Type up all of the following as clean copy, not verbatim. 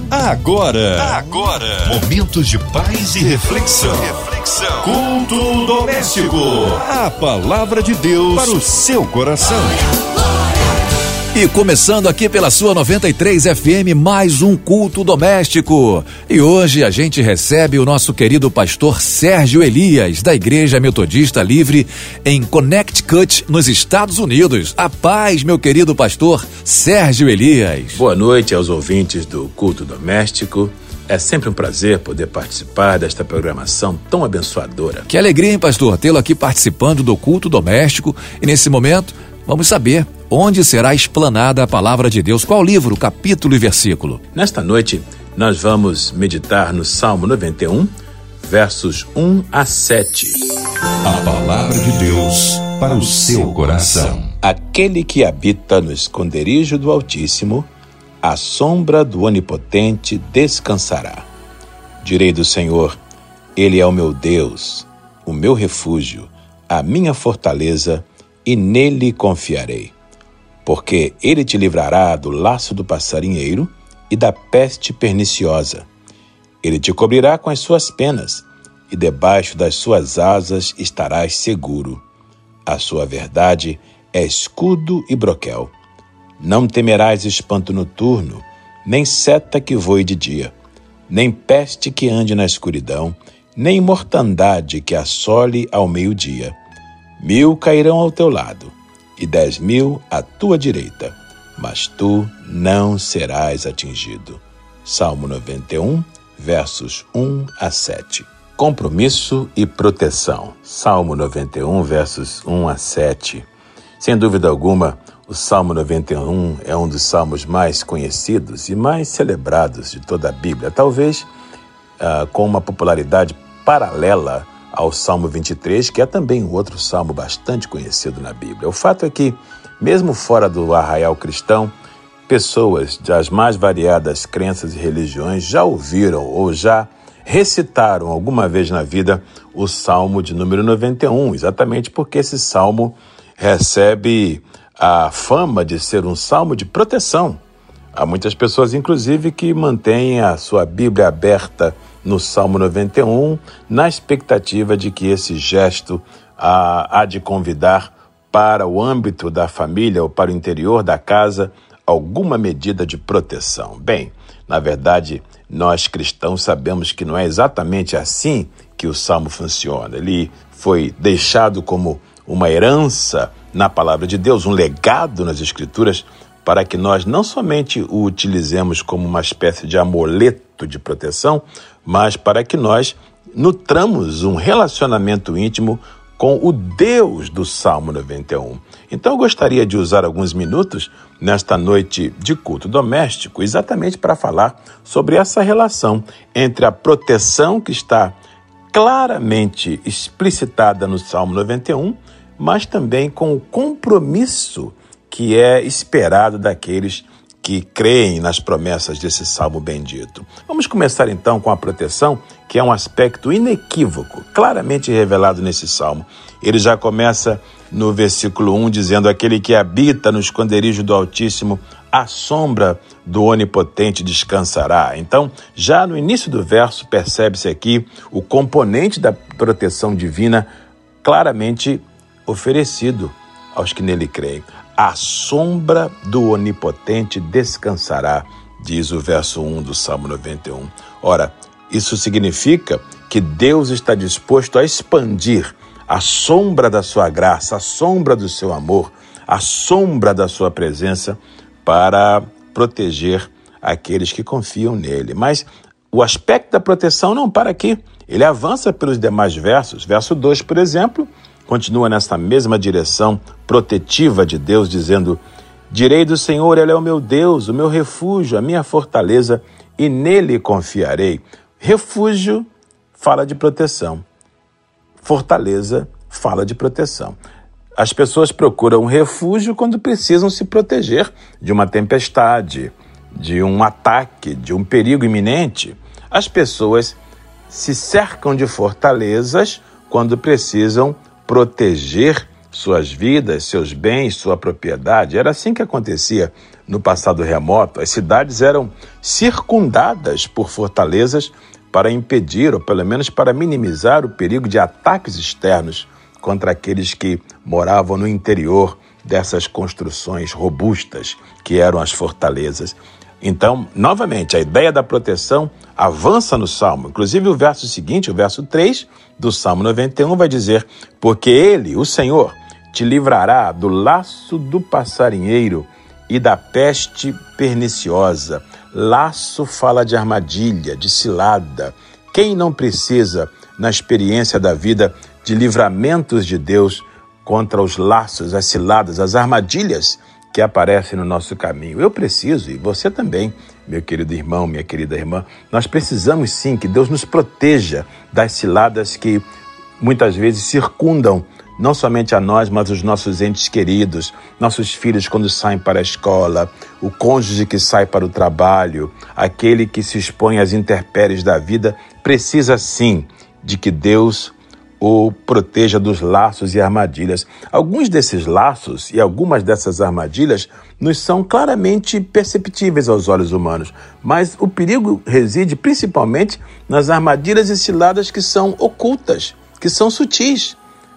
Agora, momentos de paz e reflexão. Culto doméstico. A palavra de Deus para o seu coração. E começando aqui pela sua 93 FM, mais um culto doméstico. E hoje a gente recebe o nosso querido pastor Sérgio Elias, da Igreja Metodista Livre em Connecticut, nos Estados Unidos. A paz, meu querido pastor Sérgio Elias. Boa noite aos ouvintes do culto doméstico. É sempre um prazer poder participar desta programação tão abençoadora. Que alegria, hein, pastor, tê-lo aqui participando do culto doméstico. E nesse momento, vamos saber onde será explanada a palavra de Deus. Qual livro, capítulo e versículo? Nesta noite, nós vamos meditar no Salmo 91, versos 1 a 7. A palavra de Deus para o seu coração. Aquele que habita no esconderijo do Altíssimo, à sombra do Onipotente descansará. Direi do Senhor, Ele é o meu Deus, o meu refúgio, a minha fortaleza, e nele confiarei. Porque ele te livrará do laço do passarinheiro e da peste perniciosa. Ele te cobrirá com as suas penas, e debaixo das suas asas estarás seguro. A sua verdade é escudo e broquel. Não temerás espanto noturno, nem seta que voe de dia, nem peste que ande na escuridão, nem mortandade que assole ao meio-dia. 1.000 cairão ao teu lado, e 10.000 à tua direita, mas tu não serás atingido. Salmo 91, versos 1 a 7. Compromisso e proteção. Salmo 91, versos 1 a 7. Sem dúvida alguma, o Salmo 91 é um dos salmos mais conhecidos e mais celebrados de toda a Bíblia, talvez com uma popularidade paralela ao Salmo 23, que é também um outro salmo bastante conhecido na Bíblia. O fato é que, mesmo fora do arraial cristão, pessoas das mais variadas crenças e religiões já ouviram ou já recitaram alguma vez na vida o Salmo de número 91, exatamente porque esse salmo recebe a fama de ser um salmo de proteção. Há muitas pessoas, inclusive, que mantêm a sua Bíblia aberta no Salmo 91, na expectativa de que esse gesto há de convidar para o âmbito da família ou para o interior da casa alguma medida de proteção. Bem, na verdade, nós cristãos sabemos que não é exatamente assim que o Salmo funciona. Ele foi deixado como uma herança na palavra de Deus, um legado nas Escrituras, para que nós não somente o utilizemos como uma espécie de amuleto de proteção, mas para que nós nutramos um relacionamento íntimo com o Deus do Salmo 91. Então eu gostaria de usar alguns minutos nesta noite de culto doméstico exatamente para falar sobre essa relação entre a proteção que está claramente explicitada no Salmo 91, mas também com o compromisso que é esperado daqueles que creem nas promessas desse salmo bendito. Vamos começar então com a proteção, que é um aspecto inequívoco, claramente revelado nesse salmo. Ele já começa no versículo 1 dizendo: aquele que habita no esconderijo do Altíssimo, à sombra do Onipotente descansará. Então, já no início do verso, percebe-se aqui o componente da proteção divina claramente oferecido aos que nele creem. À sombra do Onipotente descansará, diz o verso 1 do Salmo 91. Ora, isso significa que Deus está disposto a expandir a sombra da sua graça, a sombra do seu amor, a sombra da sua presença para proteger aqueles que confiam nele. Mas o aspecto da proteção não para aqui. Ele avança pelos demais versos. Verso 2, por exemplo, continua nessa mesma direção protetiva de Deus, dizendo: direi do Senhor, Ele é o meu Deus, o meu refúgio, a minha fortaleza, e nele confiarei. Refúgio fala de proteção. Fortaleza fala de proteção. As pessoas procuram um refúgio quando precisam se proteger de uma tempestade, de um ataque, de um perigo iminente. As pessoas se cercam de fortalezas quando precisam proteger suas vidas, seus bens, sua propriedade. Era assim que acontecia no passado remoto. As cidades eram circundadas por fortalezas para impedir, ou pelo menos para minimizar, o perigo de ataques externos contra aqueles que moravam no interior dessas construções robustas que eram as fortalezas. Então, novamente, a ideia da proteção avança no Salmo. Inclusive o verso seguinte, o verso 3 do Salmo 91 vai dizer: porque Ele, o Senhor, te livrará do laço do passarinheiro e da peste perniciosa. Laço fala de armadilha, de cilada. Quem não precisa, na experiência da vida, de livramentos de Deus contra os laços, as ciladas, as armadilhas que aparecem no nosso caminho? Eu preciso, e você também, meu querido irmão, minha querida irmã. Nós precisamos sim que Deus nos proteja das ciladas que muitas vezes circundam não somente a nós, mas os nossos entes queridos, nossos filhos quando saem para a escola, o cônjuge que sai para o trabalho, aquele que se expõe às intempéries da vida, precisa sim de que Deus o proteja dos laços e armadilhas. Alguns desses laços e algumas dessas armadilhas nos são claramente perceptíveis aos olhos humanos, mas o perigo reside principalmente nas armadilhas e ciladas que são ocultas, que são sutis.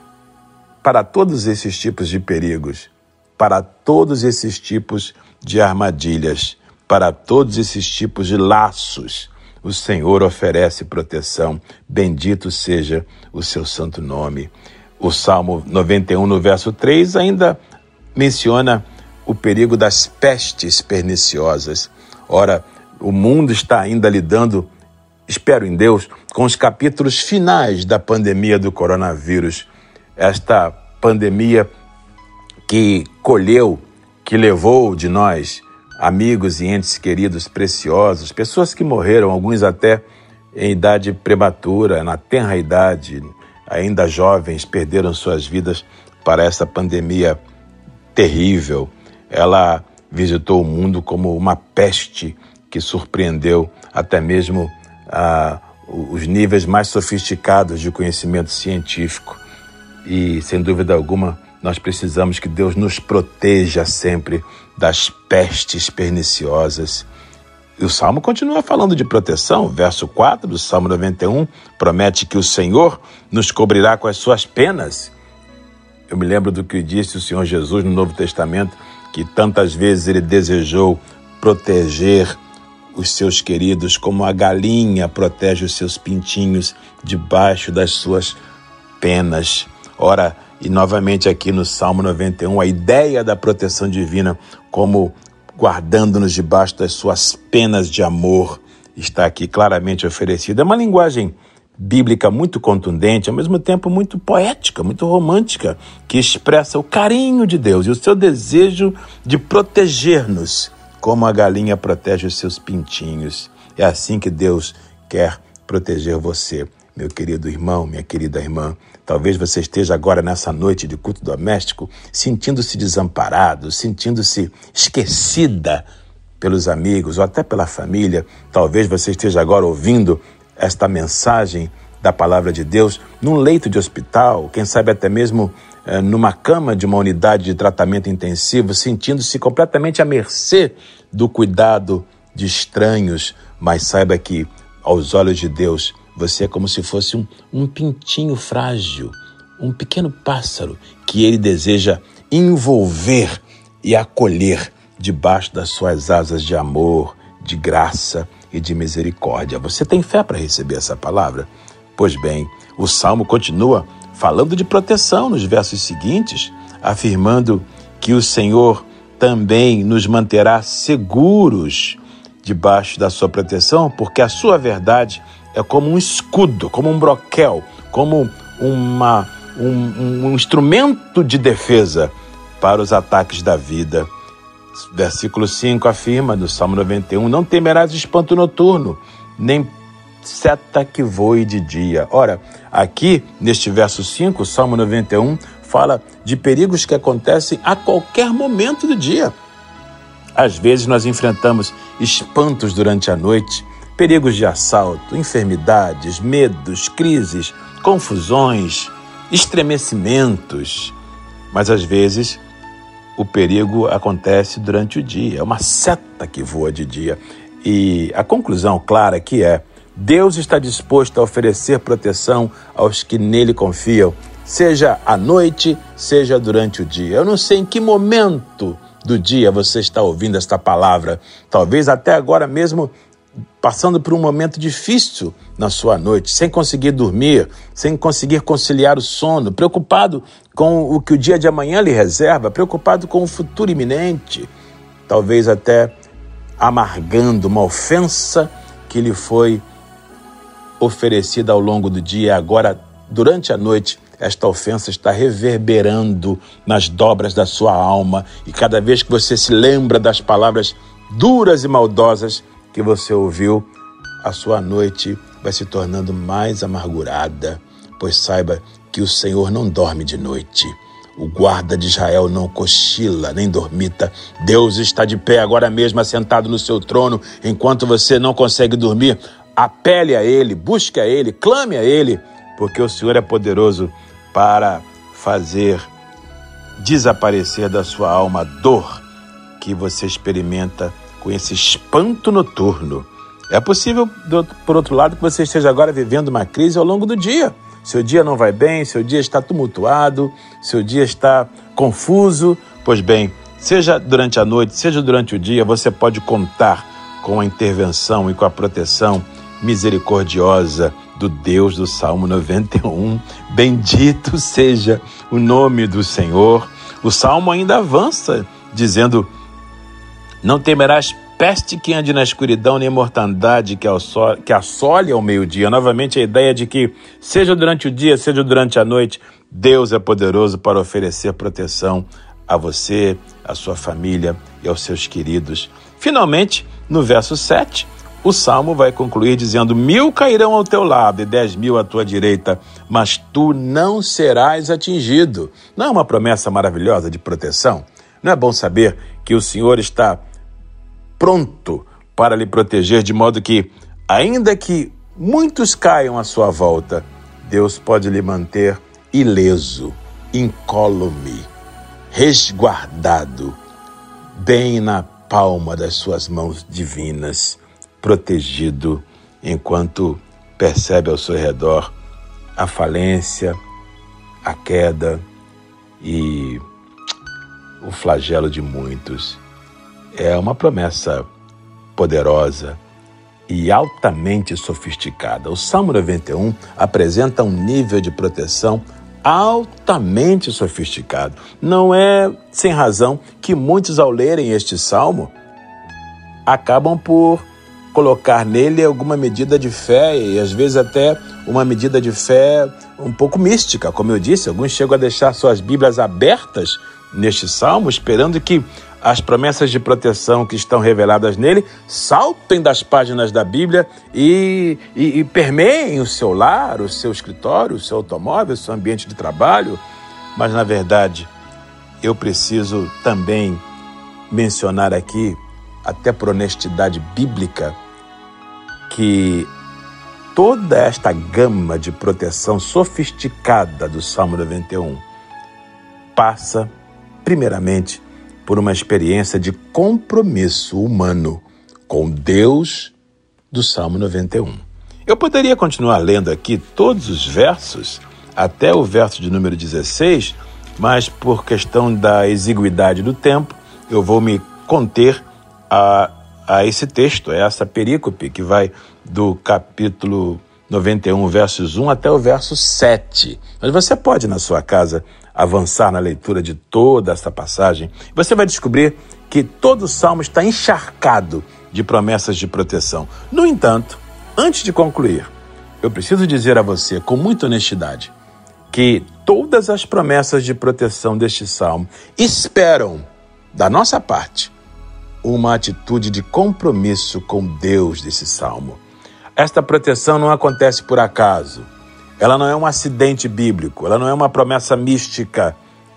Para todos esses tipos de perigos, para todos esses tipos de armadilhas, para todos esses tipos de laços, o Senhor oferece proteção. Bendito seja o seu santo nome. O Salmo 91, no verso 3, ainda menciona o perigo das pestes perniciosas. Ora, o mundo está ainda lidando, espero em Deus, com os capítulos finais da pandemia do coronavírus. Esta pandemia que colheu, que levou de nós amigos e entes queridos preciosos, pessoas que morreram, alguns até em idade prematura, na tenra idade, ainda jovens, perderam suas vidas para essa pandemia terrível. Ela visitou o mundo como uma peste que surpreendeu até mesmo os níveis mais sofisticados de conhecimento científico. E, sem dúvida alguma, nós precisamos que Deus nos proteja sempre das pestes perniciosas. E o Salmo continua falando de proteção. Verso 4 do Salmo 91 promete que o Senhor nos cobrirá com as suas penas. Eu me lembro do que disse o Senhor Jesus no Novo Testamento, que tantas vezes ele desejou proteger os seus queridos como a galinha protege os seus pintinhos debaixo das suas penas. Ora, e novamente aqui no Salmo 91, a ideia da proteção divina como guardando-nos debaixo das suas penas de amor está aqui claramente oferecida. É uma linguagem bíblica muito contundente, ao mesmo tempo muito poética, muito romântica, que expressa o carinho de Deus e o seu desejo de proteger-nos, como a galinha protege os seus pintinhos. É assim que Deus quer proteger você, meu querido irmão, minha querida irmã. Talvez você esteja agora nessa noite de culto doméstico sentindo-se desamparado, sentindo-se esquecida pelos amigos ou até pela família. Talvez você esteja agora ouvindo esta mensagem da palavra de Deus num leito de hospital, quem sabe até mesmo numa cama de uma unidade de tratamento intensivo, sentindo-se completamente à mercê do cuidado de estranhos. Mas saiba que, aos olhos de Deus, você é como se fosse um pintinho frágil, um pequeno pássaro que ele deseja envolver e acolher debaixo das suas asas de amor, de graça e de misericórdia. Você tem fé para receber essa palavra? Pois bem, o Salmo continua falando de proteção nos versos seguintes, afirmando que o Senhor também nos manterá seguros debaixo da sua proteção, porque a sua verdade é como um escudo, como um broquel, como um instrumento de defesa para os ataques da vida. Versículo 5 afirma no Salmo 91, não temerás espanto noturno, nem seta que voe de dia. Ora, aqui neste verso 5, o Salmo 91 fala de perigos que acontecem a qualquer momento do dia. Às vezes nós enfrentamos espantos durante a noite, perigos de assalto, enfermidades, medos, crises, confusões, estremecimentos. Mas às vezes o perigo acontece durante o dia, é uma seta que voa de dia. E a conclusão clara aqui é: Deus está disposto a oferecer proteção aos que nele confiam, seja à noite, seja durante o dia. Eu não sei em que momento do dia você está ouvindo esta palavra, talvez até agora mesmo passando por um momento difícil na sua noite, sem conseguir dormir, sem conseguir conciliar o sono, preocupado com o que o dia de amanhã lhe reserva, preocupado com o futuro iminente, talvez até amargando uma ofensa que lhe foi oferecida ao longo do dia. Agora, durante a noite, esta ofensa está reverberando nas dobras da sua alma, e cada vez que você se lembra das palavras duras e maldosas que você ouviu, a sua noite vai se tornando mais amargurada, pois saiba que o Senhor não dorme de noite. O guarda de Israel não cochila, nem dormita. Deus está de pé agora mesmo, assentado no seu trono, enquanto você não consegue dormir. Apele a Ele, busque a Ele, clame a Ele, porque o Senhor é poderoso para fazer desaparecer da sua alma a dor que você experimenta com esse espanto noturno. É possível, por outro lado, que você esteja agora vivendo uma crise ao longo do dia. Seu dia não vai bem, seu dia está tumultuado, seu dia está confuso. Pois bem, seja durante a noite, seja durante o dia, você pode contar com a intervenção e com a proteção misericordiosa do Deus do Salmo 91. Bendito seja o nome do Senhor. O Salmo ainda avança, dizendo: não temerás peste que ande na escuridão, nem mortandade que assole ao meio-dia. Novamente a ideia de que, seja durante o dia, seja durante a noite, Deus é poderoso para oferecer proteção a você, a sua família e aos seus queridos. Finalmente, no verso 7, o Salmo vai concluir dizendo: 1000 cairão ao teu lado e 10.000 à tua direita, mas tu não serás atingido. Não é uma promessa maravilhosa de proteção? Não é bom saber que o Senhor está pronto para lhe proteger, de modo que, ainda que muitos caiam à sua volta, Deus pode lhe manter ileso, incólume, resguardado, bem na palma das suas mãos divinas, protegido, enquanto percebe ao seu redor a falência, a queda e o flagelo de muitos. É uma promessa poderosa e altamente sofisticada. O Salmo 91 apresenta um nível de proteção altamente sofisticado. Não é sem razão que muitos, ao lerem este salmo, acabam por colocar nele alguma medida de fé, e às vezes até uma medida de fé um pouco mística. Como eu disse, alguns chegam a deixar suas Bíblias abertas neste salmo, esperando que as promessas de proteção que estão reveladas nele saltem das páginas da Bíblia e permeiem o seu lar, o seu escritório, o seu automóvel, o seu ambiente de trabalho. Mas, na verdade, eu preciso também mencionar aqui, até por honestidade bíblica, que toda esta gama de proteção sofisticada do Salmo 91 passa, primeiramente, por uma experiência de compromisso humano com Deus do Salmo 91. Eu poderia continuar lendo aqui todos os versos, até o verso de número 16, mas por questão da exiguidade do tempo, eu vou me conter a esse texto, a essa perícope que vai do capítulo 91, versos 1 até o verso 7. Mas você pode, na sua casa, avançar na leitura de toda essa passagem. Você vai descobrir que todo o Salmo está encharcado de promessas de proteção. No entanto, antes de concluir, eu preciso dizer a você, com muita honestidade, que todas as promessas de proteção deste Salmo esperam, da nossa parte, uma atitude de compromisso com Deus desse Salmo. Esta proteção não acontece por acaso. Ela não é um acidente bíblico, ela não é uma promessa mística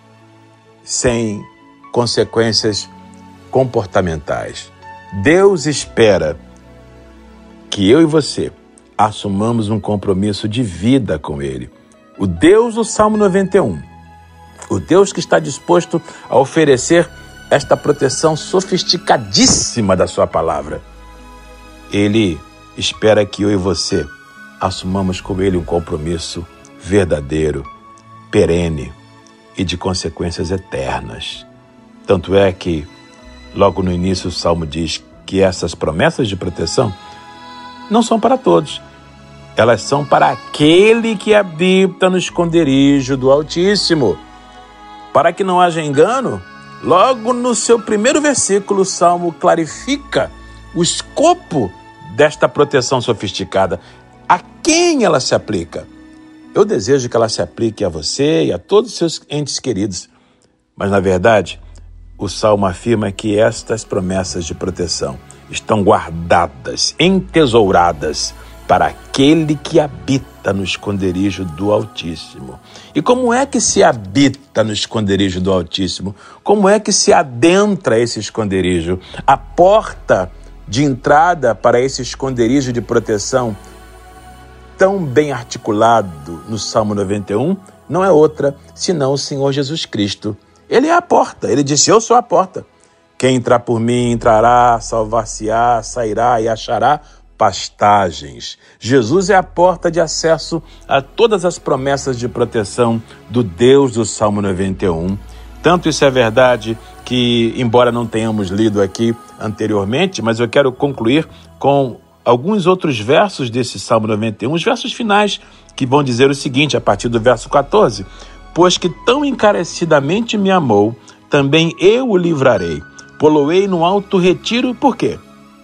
sem consequências comportamentais. Deus espera que eu e você assumamos um compromisso de vida com Ele. O Deus do Salmo 91 O Deus que está disposto a oferecer esta proteção sofisticadíssima da sua palavra. Ele espera que eu e você assumamos com Ele um compromisso verdadeiro, perene e de consequências eternas. Tanto é que, logo no início, o Salmo diz que essas promessas de proteção não são para todos. Elas são para aquele que habita no esconderijo do Altíssimo. Para que não haja engano, logo no seu primeiro versículo, o Salmo clarifica o escopo desta proteção sofisticada. A quem ela se aplica? Eu desejo que ela se aplique a você e a todos os seus entes queridos. Mas, na verdade, o Salmo afirma que estas promessas de proteção estão guardadas, entesouradas para aquele que habita no esconderijo do Altíssimo. E como é que se habita no esconderijo do Altíssimo? Como é que se adentra esse esconderijo? A porta de entrada para esse esconderijo de proteção tão bem articulado no Salmo 91 não é outra senão o Senhor Jesus Cristo. Ele é a porta. Ele disse: eu sou a porta. Quem entrar por mim entrará, salvar-se-á, sairá e achará pastagens. Jesus é a porta de acesso a todas as promessas de proteção do Deus do Salmo 91. Tanto isso é verdade que, embora não tenhamos lido aqui anteriormente, mas eu quero concluir com alguns outros versos desse Salmo 91, os versos finais, que vão dizer o seguinte, a partir do verso 14: pois que tão encarecidamente me amou, também eu o livrarei. Poloei no alto retiro, por quê?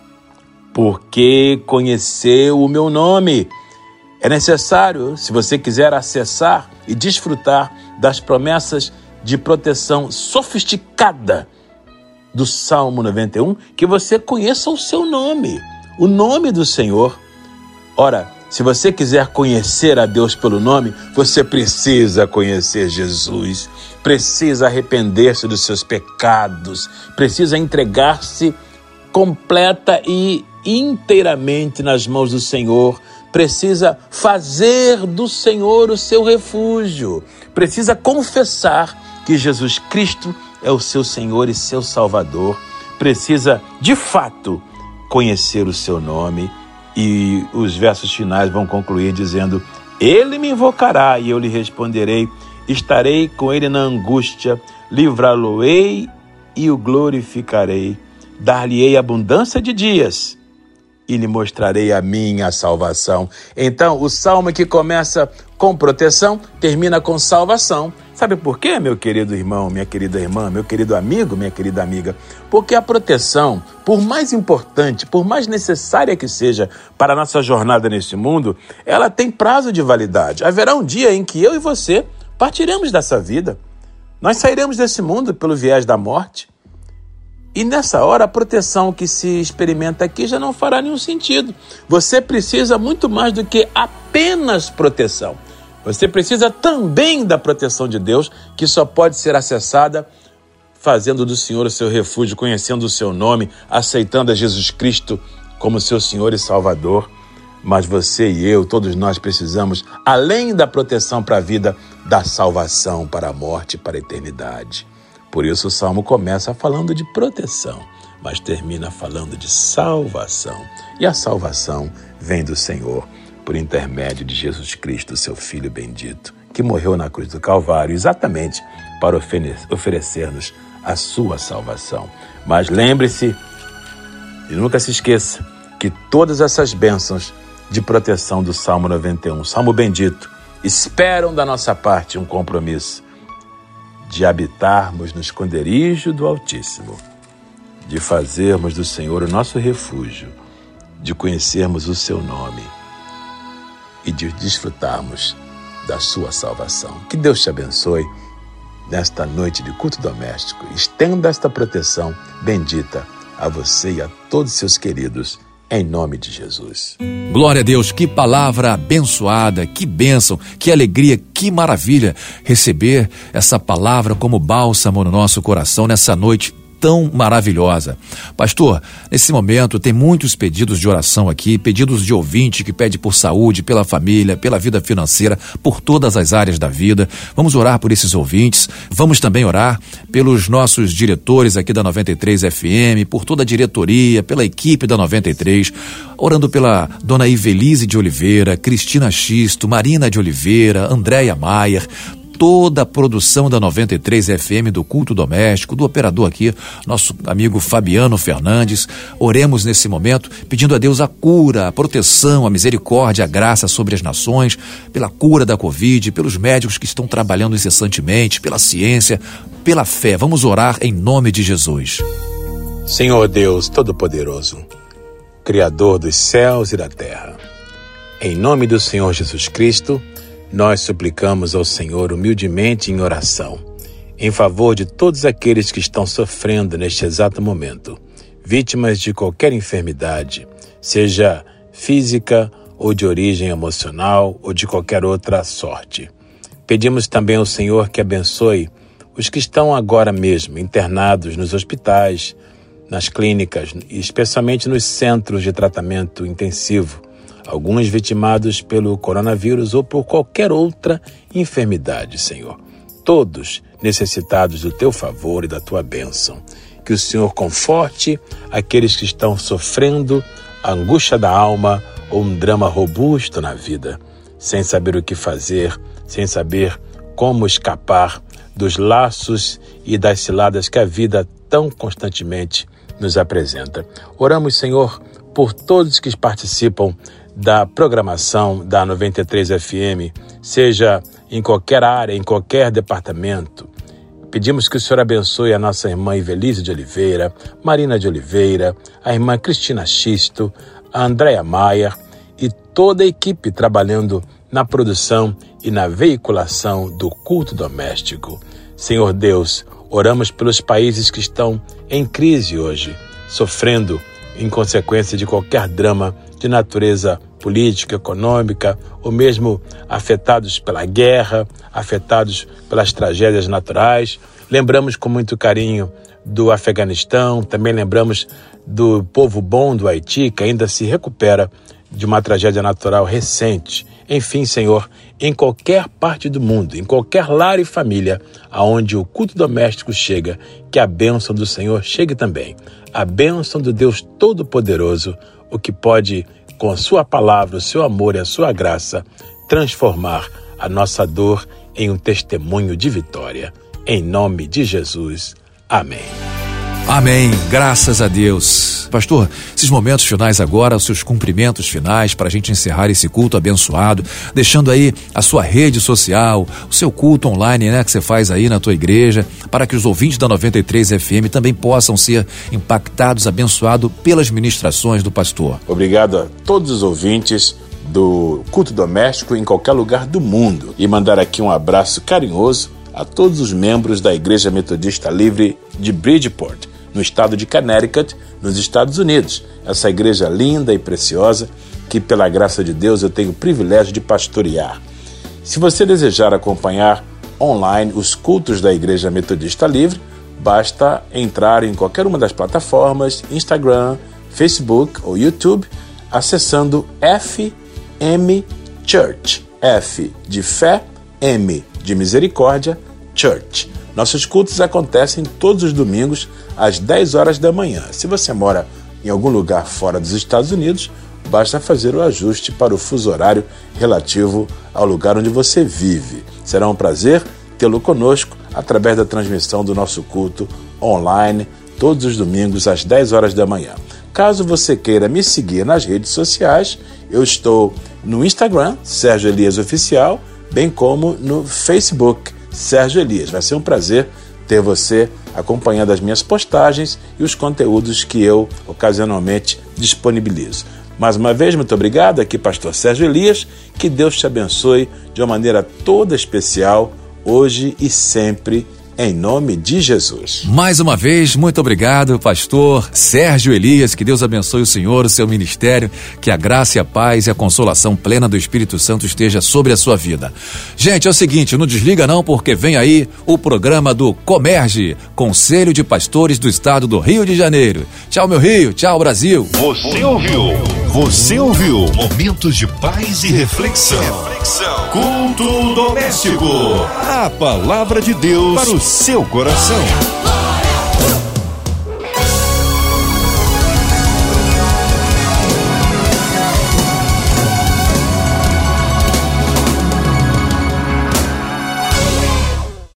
Porque conheceu o meu nome. É necessário, se você quiser acessar e desfrutar das promessas de proteção sofisticada do Salmo 91, que você conheça o seu nome, o nome do Senhor. Ora, se você quiser conhecer a Deus pelo nome, você precisa conhecer Jesus, precisa arrepender-se dos seus pecados, precisa entregar-se completa e inteiramente nas mãos do Senhor, precisa fazer do Senhor o seu refúgio, precisa confessar que Jesus Cristo é o seu Senhor e seu Salvador, precisa, de fato, conhecer o seu nome. E os versos finais vão concluir dizendo: ele me invocará e eu lhe responderei, estarei com ele na angústia, livrá-lo-ei e o glorificarei, dar-lhe-ei abundância de dias e lhe mostrarei a minha salvação. Então, o salmo que começa com proteção, termina com salvação. Sabe por quê, meu querido irmão, minha querida irmã, meu querido amigo, minha querida amiga? Porque a proteção, por mais importante, por mais necessária que seja para a nossa jornada nesse mundo, ela tem prazo de validade. Haverá um dia em que eu e você partiremos dessa vida. Nós sairemos desse mundo pelo viés da morte. E nessa hora, a proteção que se experimenta aqui já não fará nenhum sentido. Você precisa muito mais do que apenas proteção. Você precisa também da proteção de Deus, que só pode ser acessada fazendo do Senhor o seu refúgio, conhecendo o seu nome, aceitando a Jesus Cristo como seu Senhor e Salvador. Mas você e eu, todos nós precisamos, além da proteção para a vida, da salvação para a morte e para a eternidade. Por isso o Salmo começa falando de proteção, mas termina falando de salvação. E a salvação vem do Senhor, por intermédio de Jesus Cristo, seu Filho bendito, que morreu na cruz do Calvário exatamente para oferecer-nos a sua salvação. Mas lembre-se, e nunca se esqueça, que todas essas bênçãos de proteção do Salmo 91, Salmo bendito, esperam da nossa parte um compromisso de habitarmos no esconderijo do Altíssimo, de fazermos do Senhor o nosso refúgio, de conhecermos o seu nome e de desfrutarmos da sua salvação. Que Deus te abençoe nesta noite de culto doméstico. Estenda esta proteção bendita a você e a todos seus queridos, em nome de Jesus. Glória a Deus, que palavra abençoada, que bênção, que alegria, que maravilha receber essa palavra como bálsamo no nosso coração nessa noite tão maravilhosa. Pastor, nesse momento tem muitos pedidos de oração aqui, pedidos de ouvinte que pede por saúde, pela família, pela vida financeira, por todas as áreas da vida. Vamos orar por esses ouvintes, vamos também orar pelos nossos diretores aqui da 93 FM, por toda a diretoria, pela equipe da 93, orando pela dona Ivelise de Oliveira, Cristina Xisto, Marina de Oliveira, Andréia Maier, toda a produção da 93 FM, do Culto Doméstico, do operador aqui, nosso amigo Fabiano Fernandes. Oremos nesse momento, pedindo a Deus a cura, a proteção, a misericórdia, a graça sobre as nações, pela cura da Covid, pelos médicos que estão trabalhando incessantemente, pela ciência, pela fé. Vamos orar em nome de Jesus. Senhor Deus Todo-Poderoso, Criador dos céus e da terra, em nome do Senhor Jesus Cristo, nós suplicamos ao Senhor humildemente em oração, em favor de todos aqueles que estão sofrendo neste exato momento, vítimas de qualquer enfermidade, seja física ou de origem emocional ou de qualquer outra sorte. Pedimos também ao Senhor que abençoe os que estão agora mesmo internados nos hospitais, nas clínicas e especialmente nos centros de tratamento intensivo, alguns vitimados pelo coronavírus ou por qualquer outra enfermidade, Senhor. Todos necessitados do Teu favor e da Tua bênção. Que o Senhor conforte aqueles que estão sofrendo a angústia da alma ou um drama robusto na vida, sem saber o que fazer, sem saber como escapar dos laços e das ciladas que a vida tão constantemente nos apresenta. Oramos, Senhor, por todos que participam da programação da 93 FM, seja em qualquer área, em qualquer departamento. Pedimos que o Senhor abençoe a nossa irmã Ivelise de Oliveira, Marina de Oliveira, a irmã Cristina Xisto, a Andréia Maier e toda a equipe trabalhando na produção e na veiculação do culto doméstico. Senhor Deus, oramos pelos países que estão em crise hoje, sofrendo em consequência de qualquer drama de natureza política, econômica, ou mesmo afetados pela guerra, afetados pelas tragédias naturais. Lembramos com muito carinho do Afeganistão, também lembramos do povo bom do Haiti, que ainda se recupera de uma tragédia natural recente. Enfim, Senhor, em qualquer parte do mundo, em qualquer lar e família, aonde o culto doméstico chega, que a bênção do Senhor chegue também. A bênção do Deus Todo-Poderoso, o que pode, com a sua palavra, o seu amor e a sua graça, transformar a nossa dor em um testemunho de vitória. Em nome de Jesus. Amém. Amém, graças a Deus. Pastor, esses momentos finais agora, os seus cumprimentos finais para a gente encerrar esse culto abençoado, deixando aí a sua rede social, o seu culto online, né, que você faz aí na tua igreja, para que os ouvintes da 93 FM também possam ser impactados, abençoados pelas ministrações do pastor. Obrigado a todos os ouvintes do culto doméstico em qualquer lugar do mundo e mandar aqui um abraço carinhoso a todos os membros da Igreja Metodista Livre de Bridgeport, no estado de Connecticut, nos Estados Unidos. Essa igreja linda e preciosa que, pela graça de Deus, eu tenho o privilégio de pastorear. Se você desejar acompanhar online os cultos da Igreja Metodista Livre, basta entrar em qualquer uma das plataformas, Instagram, Facebook ou YouTube, acessando FM Church. F de fé, M de misericórdia, Church. Nossos cultos acontecem todos os domingos às 10 horas da manhã. Se você mora em algum lugar fora dos Estados Unidos, basta fazer o ajuste para o fuso horário relativo ao lugar onde você vive. Será um prazer tê-lo conosco através da transmissão do nosso culto online todos os domingos às 10 horas da manhã. Caso você queira me seguir nas redes sociais, eu estou no Instagram, Sérgio Elias Oficial, bem como no Facebook, Sérgio Elias. Vai ser um prazer ter você acompanhando as minhas postagens e os conteúdos que eu ocasionalmente disponibilizo. Mais uma vez, muito obrigado. Aqui, pastor Sérgio Elias. Que Deus te abençoe de uma maneira toda especial, hoje e sempre, em nome de Jesus. Mais uma vez, muito obrigado, pastor Sérgio Elias, que Deus abençoe o senhor, o seu ministério, que a graça e a paz e a consolação plena do Espírito Santo esteja sobre a sua vida. Gente, é o seguinte, não desliga não, porque vem aí o programa do Comerge, Conselho de Pastores do Estado do Rio de Janeiro. Tchau, meu Rio, tchau, Brasil. Você ouviu Momentos de Paz e Reflexão. Culto doméstico. A palavra de Deus para o seu coração.